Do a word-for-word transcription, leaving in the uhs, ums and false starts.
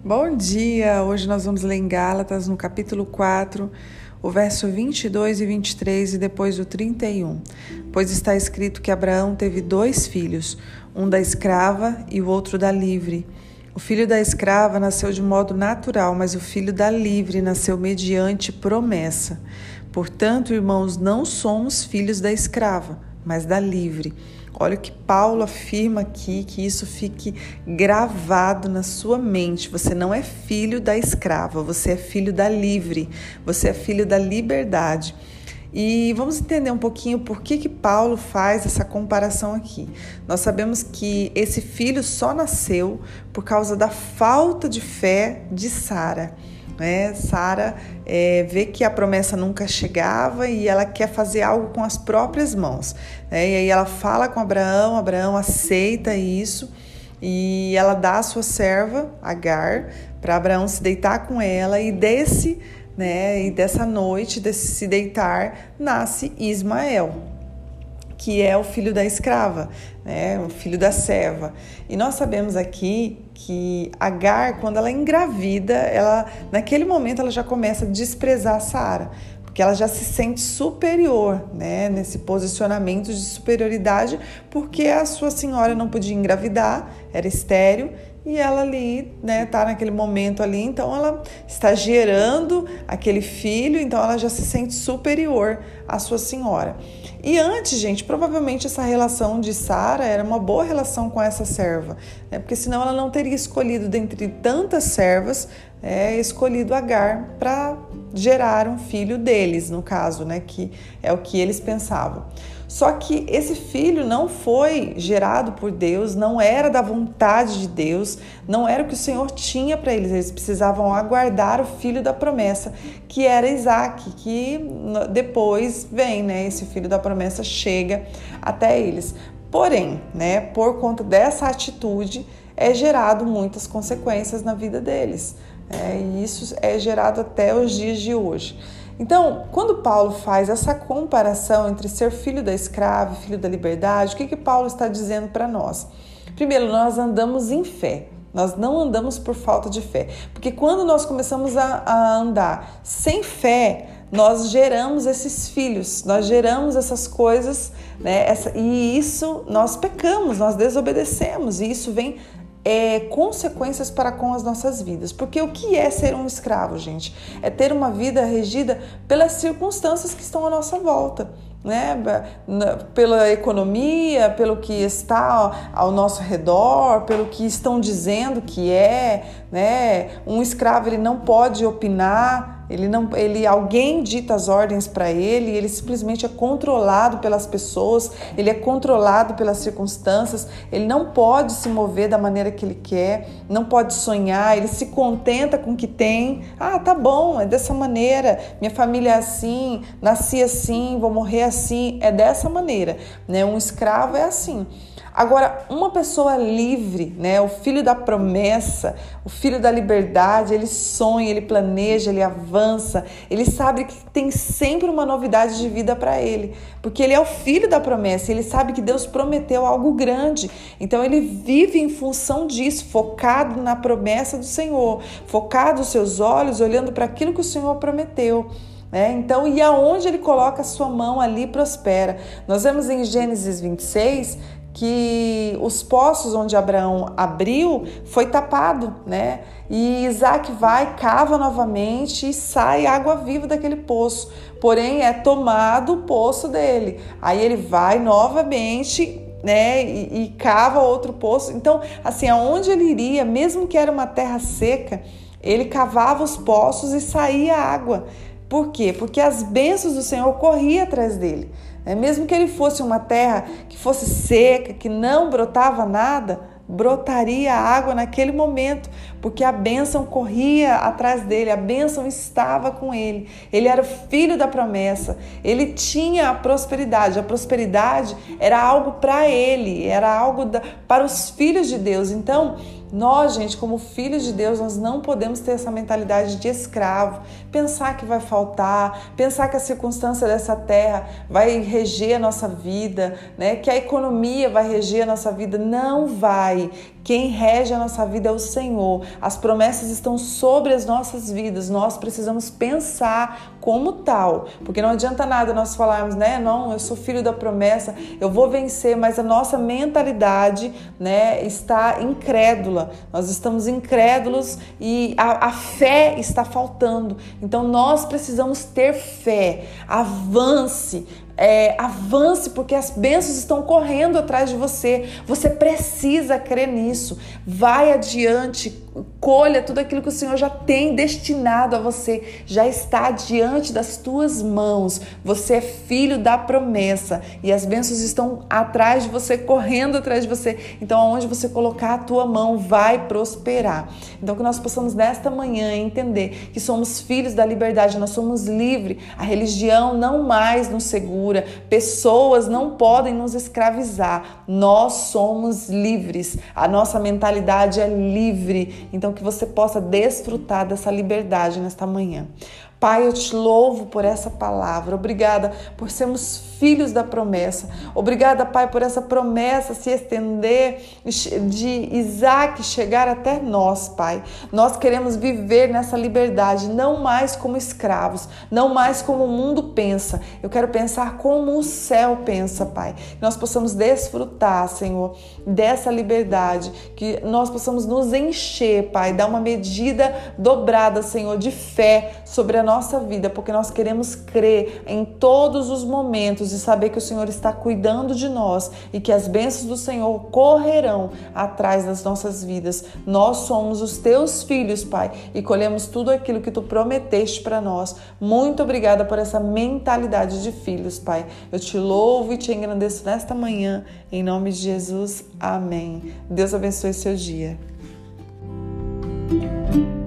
Bom dia! Hoje nós vamos ler em Gálatas, no capítulo quatro, o verso vinte e dois e vinte e três e depois o trinta e um. Pois está escrito que Abraão teve dois filhos, um da escrava e o outro da livre. O filho da escrava nasceu de modo natural, mas o filho da livre nasceu mediante promessa. Portanto, irmãos, não somos filhos da escrava, mas da livre. Olha o que Paulo afirma aqui, que isso fique gravado na sua mente. Você não é filho da escrava, você é filho da livre, você é filho da liberdade. E vamos entender um pouquinho por que que Paulo faz essa comparação aqui. Nós sabemos que esse filho só nasceu por causa da falta de fé de Sara. Né? Sara é, vê que a promessa nunca chegava e ela quer fazer algo com as próprias mãos. Né? E aí ela fala com Abraão, Abraão aceita isso e ela dá a sua serva, Agar, para Abraão se deitar com ela e desse, né, e dessa noite, desse se deitar, nasce Ismael, que é o filho da escrava, né, o filho da serva. E nós sabemos aqui que Agar, quando ela engravida, ela, naquele momento ela já começa a desprezar Sara, porque ela já se sente superior, né, nesse posicionamento de superioridade, porque a sua senhora não podia engravidar, era estéril, e ela ali, né, tá naquele momento ali, então ela está gerando aquele filho, então ela já se sente superior à sua senhora. E antes, gente, provavelmente essa relação de Sara era uma boa relação com essa serva, né, porque senão ela não teria escolhido dentre tantas servas, é, escolhido Agar para gerar um filho deles, no caso, né, que é o que eles pensavam. Só que esse filho não foi gerado por Deus, não era da vontade de Deus, não era o que o Senhor tinha para eles. Eles precisavam aguardar o filho da promessa, que era Isaac, que depois vem, né? Esse filho da promessa chega até eles. Porém, né, por conta dessa atitude, é gerado muitas consequências na vida deles. É, e isso é gerado até os dias de hoje. Então, quando Paulo faz essa comparação entre ser filho da escrava e filho da liberdade, o que que Paulo está dizendo para nós? Primeiro, nós andamos em fé. Nós não andamos por falta de fé. Porque quando nós começamos a, a andar sem fé, nós geramos esses filhos, nós geramos essas coisas, né? Essa, e isso nós pecamos, nós desobedecemos, e isso vem É, consequências para com as nossas vidas. Porque o que é ser um escravo, gente? É ter uma vida regida pelas circunstâncias que estão à nossa volta, né? Pela economia, pelo que está ao nosso redor, pelo que estão dizendo que é, né? Um escravo, ele não pode opinar, ele não, ele, alguém dita as ordens para ele, ele simplesmente é controlado pelas pessoas, ele é controlado pelas circunstâncias, ele não pode se mover da maneira que ele quer, não pode sonhar, ele se contenta com o que tem. Ah, tá bom, é dessa maneira, minha família é assim, nasci assim, vou morrer assim, é dessa maneira, né? Um escravo é assim. Agora, uma pessoa livre, né, o filho da promessa, o filho da liberdade, ele sonha, ele planeja, ele avança, ele sabe que tem sempre uma novidade de vida para ele, porque ele é o filho da promessa, ele sabe que Deus prometeu algo grande, então ele vive em função disso, focado na promessa do Senhor, focado os seus olhos, olhando para aquilo que o Senhor prometeu. É, então, e aonde ele coloca a sua mão, ali prospera. Nós vemos em Gênesis vinte e seis que os poços onde Abraão abriu foi tapado, né? E Isaac vai, cava novamente e sai água viva daquele poço. Porém, é tomado o poço dele. Aí ele vai novamente, né, e, e cava outro poço. Então, assim, aonde ele iria, mesmo que era uma terra seca, ele cavava os poços e saía água. Por quê? Porque as bênçãos do Senhor corriam atrás dele. Mesmo que ele fosse uma terra que fosse seca, que não brotava nada, brotaria água naquele momento, porque a bênção corria atrás dele, a bênção estava com ele. Ele era o filho da promessa, ele tinha a prosperidade. A prosperidade era algo para ele, era algo da, para os filhos de Deus. Então, nós, gente, como filhos de Deus, nós não podemos ter essa mentalidade de escravo, pensar que vai faltar, pensar que a circunstância dessa terra vai reger a nossa vida, né? Que a economia vai reger a nossa vida. Não vai. Quem rege a nossa vida é o Senhor. As promessas estão sobre as nossas vidas. Nós precisamos pensar como tal, porque não adianta nada nós falarmos, né? Não, eu sou filho da promessa, eu vou vencer, mas a nossa mentalidade, né, está incrédula. Nós estamos incrédulos e a, a fé está faltando. Então nós precisamos ter fé. Avance. É, avance, porque as bênçãos estão correndo atrás de você. Você precisa crer nisso. Vai adiante, colha tudo aquilo que o Senhor já tem destinado a você. Já está diante das tuas mãos. Você é filho da promessa e as bênçãos estão atrás de você, correndo atrás de você. Então, aonde você colocar a tua mão, vai prosperar. Então, que nós possamos nesta manhã entender que somos filhos da liberdade, nós somos livres. A religião não mais nos segura. Pessoas não podem nos escravizar. Nós somos livres. A nossa mentalidade é livre. Então que você possa desfrutar dessa liberdade nesta manhã. Pai, eu te louvo por essa palavra. Obrigada por sermos filhos da promessa. Obrigada, Pai, por essa promessa se estender de Isaac chegar até nós, Pai. Nós queremos viver nessa liberdade, não mais como escravos, não mais como o mundo pensa. Eu quero pensar como o céu pensa, Pai. Que nós possamos desfrutar, Senhor, dessa liberdade, que nós possamos nos encher, Pai, dar uma medida dobrada, Senhor, de fé sobre a nossa vida, porque nós queremos crer em todos os momentos e saber que o Senhor está cuidando de nós e que as bênçãos do Senhor correrão atrás das nossas vidas. Nós somos os teus filhos, Pai, e colhemos tudo aquilo que tu prometeste para nós. Muito obrigada por essa mentalidade de filhos, Pai. Eu te louvo e te engrandeço nesta manhã, em nome de Jesus. Amém. Deus abençoe seu dia.